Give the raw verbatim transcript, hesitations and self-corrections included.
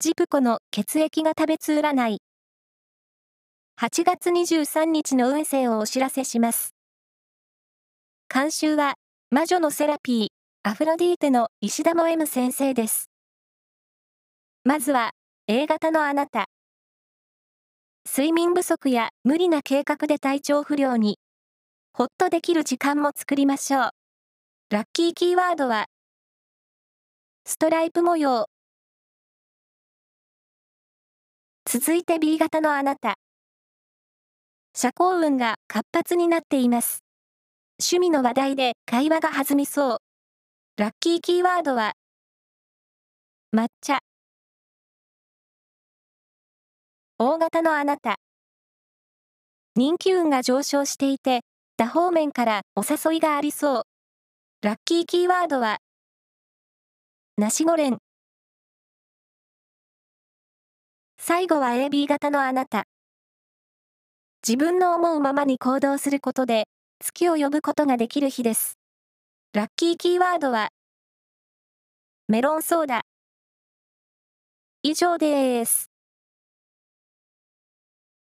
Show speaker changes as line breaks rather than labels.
ジプコの血液が食べつ占い。はちがつにじゅうさんにちの運勢をお知らせします。監修は、魔女のセラピー、アフロディーテの石田も M 先生です。まずは、A 型のあなた。睡眠不足や無理な計画で体調不良に、ほっとできる時間も作りましょう。ラッキーキーワードは、ストライプ模様。続いて B 型のあなた。社交運が活発になっています。趣味の話題で会話が弾みそう。ラッキーキーワードは、抹茶。O 型のあなた。人気運が上昇していて、多方面からお誘いがありそう。ラッキーキーワードは、ナシゴレン。最後は エービー 型のあなた。自分の思うままに行動することで、月を呼ぶことができる日です。ラッキーキーワードは、メロンソーダ。以上です。